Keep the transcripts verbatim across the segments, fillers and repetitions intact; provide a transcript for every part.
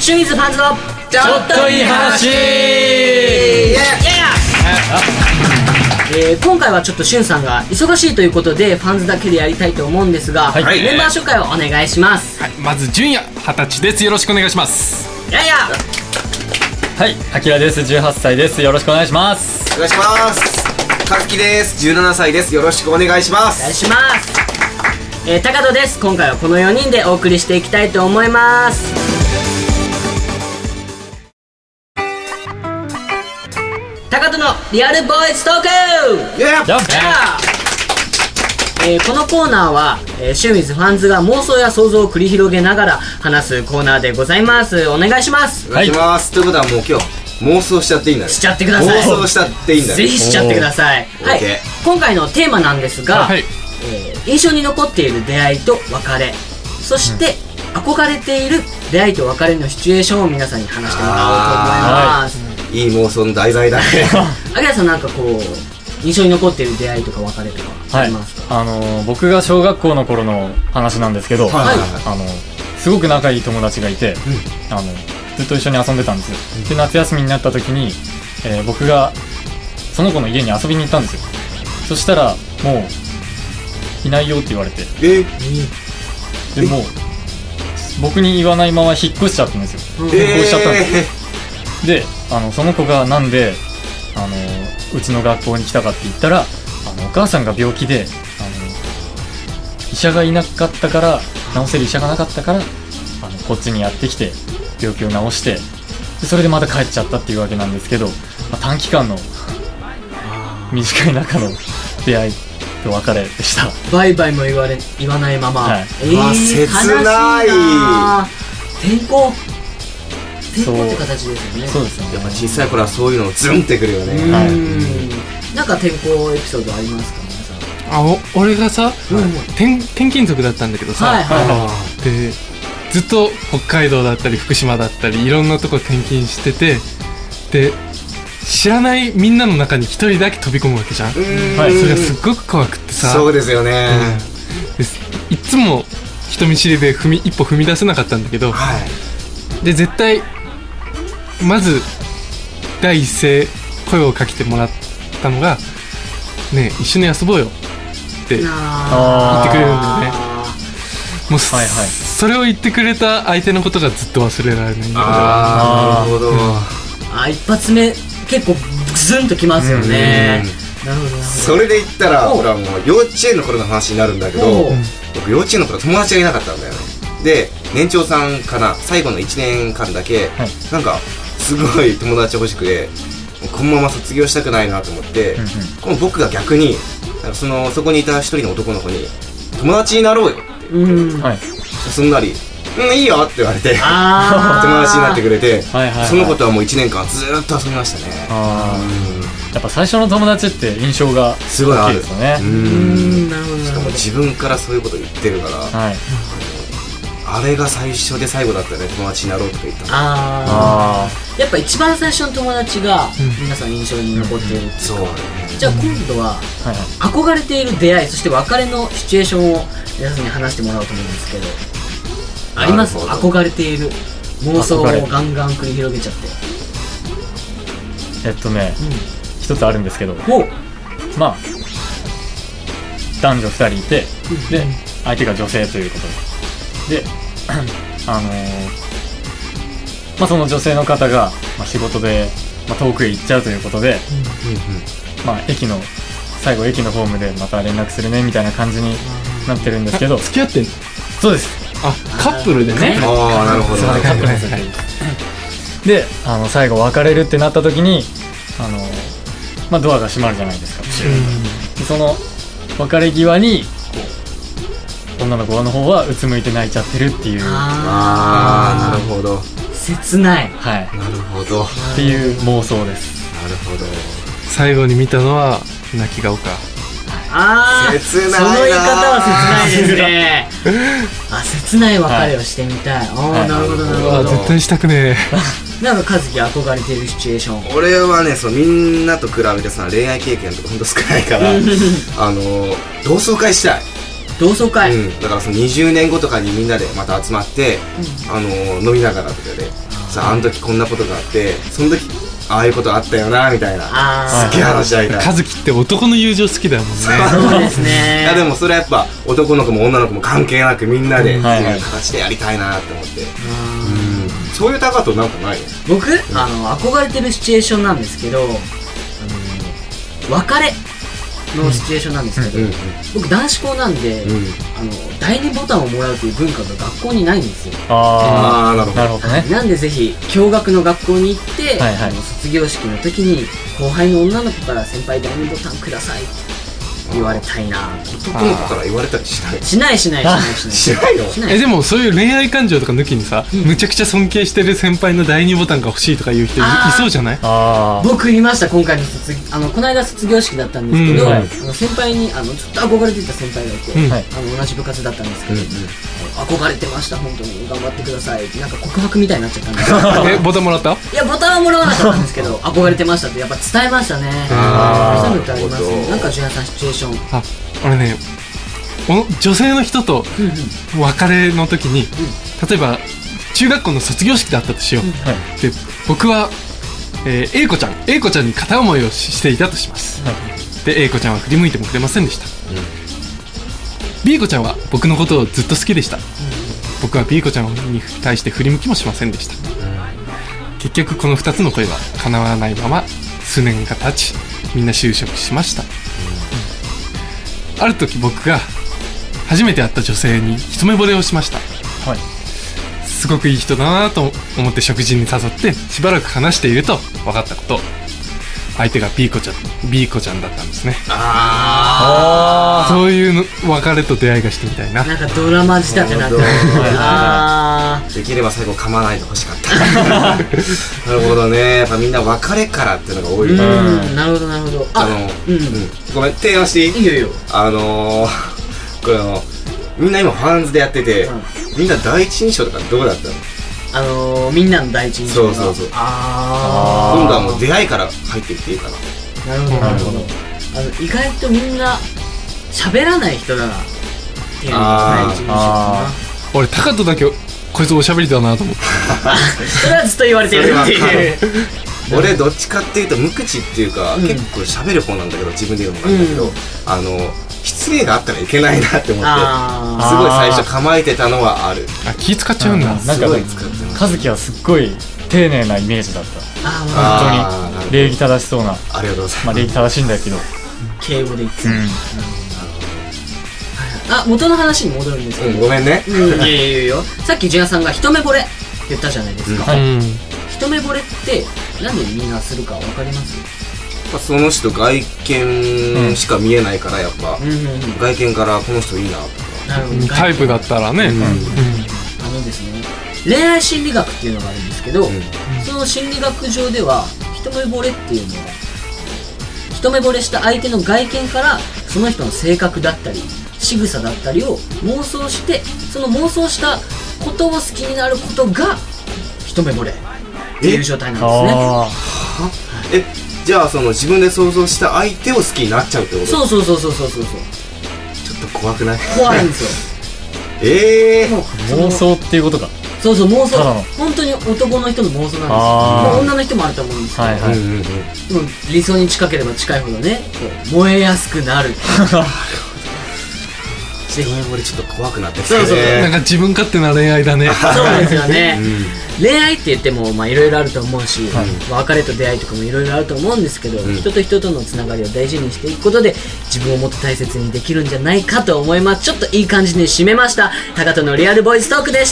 清水ファンズのちょっといい話。 イエーイ、えー、今回はちょっとしゅんさんが忙しいということでファンズだけでやりたいと思うんですが、はい、メンバー紹介をお願いします。 はい、まず純也はたちです。よろしくお願いします。 ややはい、あきらです。じゅうはっさいです。よろしくお願いします。 お願いします。かずきです。じゅうななさいです。よろしくお願いします。 お願いします。えー、高戸です。今回はこのよにんでお送りしていきたいと思います。高戸のリアルボーイズトーク、 yeah! yeah! えー、このコーナーは、えー、清水ファンズが妄想や想像を繰り広げながら話すコーナーでございます。お願いします。 お願いします、はい、ということはもう今日妄想しちゃっていいんだね。 しちゃってください。 妄想しちゃっていいんだね。 ぜひしちゃってください。はい、今回のテーマなんですが、はい、えー、印象に残っている出会いと別れ、そして、うん、憧れている出会いと別れのシチュエーションを皆さんに話してもらおうと思います。 いい妄想の題材だね。 あきらさん、なんかこう印象に残っている出会いとか別れとかありますか？ はい、あのー、僕が小学校の頃の話なんですけど、はい、あのすごく仲いい友達がいて、うん、あのずっと一緒に遊んでたんですよ。で、夏休みになった時に、えー、僕がその子の家に遊びに行ったんですよ。そしたらもういないよって言われて、えでもう僕に言わないまま引っ越しちゃったんですよ。引っ越しちゃったんですよ。で、あのその子がなんであのうちの学校に来たかって言ったら、あのお母さんが病気で、あの医者がいなかったから、治せる医者がなかったから、あのこっちにやってきて病気を治して、でそれでまた帰っちゃったっていうわけなんですけど、まあ、短期間の短い中の出会いと別れでした。 バイバイも言われ言わないまま、はい、 えー、切ない。 転校転校って形ですよね。 そうですね。 やっぱ小さい頃はそういうのズンってくるよね。 はい、なんか転校エピソードありますか、皆さん？ あ、お俺がさ、うん、転, 転勤族だったんだけどさ、はいはいはい、でずっと北海道だったり福島だったりいろんなとこ転勤してて、で知らないみんなの中に一人だけ飛び込むわけじゃん。はい、それがすっごく怖くってさ。 そうですよね、 うん、でいつも人見知りで踏み一歩踏み出せなかったんだけど、はい、で絶対まず第一声声をかけてもらったのが、ねえ一緒に遊ぼうよって言ってくれるんだよね。もう、はいはい、それを言ってくれた相手のことがずっと忘れられない。 ああ、なるほど、うん、 あ、一発目結構グズンときますよね。なるほどなるほど。 それで言ったら、俺はもう幼稚園の頃の話になるんだけど、僕幼稚園の頃友達がいなかったんだよね。で、年長さんかな、最後のいちねんかんだけ、はい、なんかすごい友達欲しくて、このまま卒業したくないなと思って、うんうん、この僕が逆になんかそのそこにいた一人の男の子に友達になろうよって言って、うん、はい、すんなりうんいいよって言われて友達になってくれて、はいはいはい、その子とはもういちねんかんずーっと遊びましたね。あ、 うん、やっぱ最初の友達って印象がすごいあるですよね。 うん、なるほど。しかも自分からそういうこと言ってるから、はい、あれが最初で最後だったね。友達になろうとか言ったの。 ああ、やっぱ一番最初の友達が皆さん印象に残っているっていうか、そうね。じゃあ今度は憧れている出会い、そして別れのシチュエーションを皆さんに話してもらおうと思うんですけど、あります？憧れている妄想をガンガン繰り広げちゃって。 えっとね、うん、一つあるんですけど、まあ男女ふたりいて、うん、で相手が女性ということで、であのー、まあその女性の方が、まあ、仕事で、まあ、遠くへ行っちゃうということで、うんうんうん、まあ駅の最後駅のホームでまた連絡するねみたいな感じになってるんですけど、 付き合ってんの？ そうです。 あ、カップルでね。 ああ、なるほど。 カップルです。で、あの最後別れるってなった時に、あのまあドアが閉まるじゃないですか。でその別れ際にこう女の子の方はうつむいて泣いちゃってるっていう。 ああ、なるほど。 切ない。 はい。 なるほど。 っていう妄想です。 なるほど。 最後に見たのは泣き顔か。 ああ、 切ないな。 その言い方は切ないですね。あ、切ない別れをしてみたい。はい、ああ、なるほどなるほど。 絶対したくねえ。なんか和樹憧れているシチュエーション。 俺はね、そうみんなと比べてさ、恋愛経験とかほんと少ないからあの同窓会したい。 同窓会、 うん、だからそのにじゅうねんごとかにみんなでまた集まって、うん、あの飲みながらとかでさああの時こんなことがあってその時ああいうことあったよなみたいなすげえ話し合いたい。 和樹って男の友情好きだもんね。 そうですね。 いやでもそれはやっぱ男の子も女の子も関係なくみんなでっていう形でやりたいなって思って、うん、そういう高となんかないの？ 僕、うん、あの憧れてるシチュエーションなんですけど、あの別れのシチュエーションなんですけど、うんうんうん、僕男子校なんで、うん、あの第二ボタンをもらうという文化が学校にないんですよ。 ああ、なるほどね。 なんでぜひ共学の学校に行って、はいはい、あの卒業式の時に後輩の女の子から先輩第二ボタンくださいって言われたいな。 男の子から言われたりしない？ しないしないしないしないしないの？ しない。 えでもそういう恋愛感情とか抜きにさ、うん、むちゃくちゃ尊敬してる先輩の第二ボタンが欲しいとか言う人 い, いそうじゃない？ あ僕いました。今回の卒あのこの間卒業式だったんですけど、うんはい、あの先輩にあのちょっと憧れていた先輩がいて、うんはい、あの同じ部活だったんですけど、うんうん、憧れてました本当に頑張ってくださいってなんか告白みたいになっちゃったんですよ。 えボタンもらった？いやボタンはもらわなかったんですけど憧れてましたってやっぱ伝えましたね。あそういうのってありますね。なんかジュニアさんシチュエーション。 あ俺ね女性の人と別れの時に、うん、例えば中学校の卒業式だったとしよう、うん、で僕は、えー、A 子ちゃん A 子ちゃんに片思いをしていたとします、はい、で A 子ちゃんは振り向いてもくれませんでした、うん、B 子ちゃんは僕のことをずっと好きでした、うん、僕は B 子ちゃんに対して振り向きもしませんでした、うん、結局このふたつの恋は叶わないまま数年が経ちみんな就職しました、ある時僕が初めて会った女性に一目惚れをしました、はい、すごくいい人だなと思って食事に誘ってしばらく話していると分かったこと、相手が B 子ちゃん B 子ちゃんだったんですね。ああそういうの別れと出会いがしてみたいな。 なんかドラマ仕立てなってあできれば最後噛まないでほしかったなるほどね。やっぱみんな別れからっていうのが多い。 うんなるほどなるほど。 あの、うんうん、ごめん提案していい？ いいよいいよ。 あのーこれあのみんな今ファンズでやってて、うん、みんな第一印象とかどうだったの？ あのー、みんなの第一印象がそうそうそうああ今度はもう出会いから入っていっていいかな。 なるほどなるほど。あの意外とみんな喋らない人だなっていうのが第一印象かな。 俺タカトだけこいつおしゃべりだなと思ってそれはずっと言われてるっていう俺どっちかっていうと無口っていうか、うん、結構喋る方なんだけど自分で言うのもなんだけど、うん、あの失礼があったらいけないなって思ってすごい最初構えてたのはある。 あ気使っちゃうんだ。 なんか和樹はすっごい丁寧なイメージだった。あ本当に礼儀正しそうな。 ありがとうございます。 まあ礼儀正しいんだけど敬語で言ってた、うんあ元の話に戻るんですけど、 うん、ごめんね、 うん、いやいやいやいやさっきジュニアさんが一目惚れって言ったじゃないですか、うん、一目惚れってなんでみんなするか分かります？ まあ、その人外見しか見えないからやっぱ、うん、外見からこの人いいなとかなるほどタイプだったらね、うんうん、あのですね恋愛心理学っていうのがあるんですけど、うん、その心理学上では一目惚れっていうのは一目惚れした相手の外見からその人の性格だったり仕草だったりを妄想してその妄想したことを好きになることが一目惚れっていう状態なんですね。えじゃあその自分で想像した相手を好きになっちゃうってこと？ そうそうそうそうそうそうそうちょっと怖くない？ 怖いんですよええー、 妄想っていうことか。 そうそう妄想本当に男の人の妄想なんですよ。もう女の人もあると思うんですけど、はいはい、でも理想に近ければ近いほどねこう燃えやすくなるぜひ俺ちょっと怖くなってきたね。そうそうそうなんか自分勝手な恋愛だねそうですよね、うん、恋愛って言ってもいろいろあると思うし、はい、別れと出会いとかもいろいろあると思うんですけど、うん、人と人とのつながりを大事にしていくことで自分をもっと大切にできるんじゃないかと思います。ちょっといい感じに締めました。タカトのリアルボイストークでした。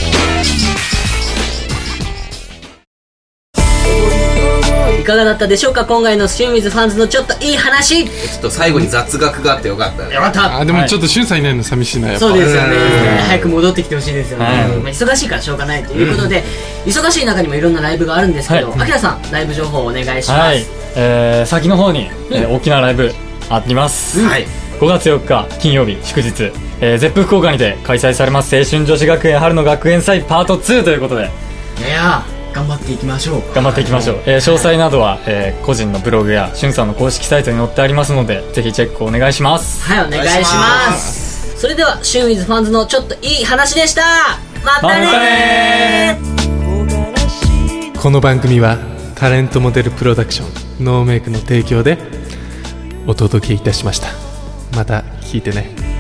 いかがだったでしょうか。今回のシュンウィズファンズのちょっといい話、 ちょっと最後に雑学があってよかったね。 よかった。 あでもちょっとシュンさんいないの寂しいなやっぱ。 そうですよね、早く戻ってきてほしいですよね、はい、まあ、忙しいからしょうがないということで、うん、忙しい中にもいろんなライブがあるんですけど、あきらさんライブ情報をお願いします。はい、 えー、先の方に、うん、えー、大きなライブあります、うん、はい、ごがつよっか金曜日祝日、えー、ゼップ福岡にて開催されます青春女子学園春の学園祭パートツーということで、 いや頑張っていきましょう。 頑張っていきましょう、えー、詳細などは、えー、個人のブログやしゅんさんの公式サイトに載ってありますのでぜひチェックお願いします。 はい、お願いします。それではシュンウィズファンズのちょっといい話でした。またねー。 この番組はタレントモデルプロダクションノーメイクの提供でお届けいたしました。また聞いてね。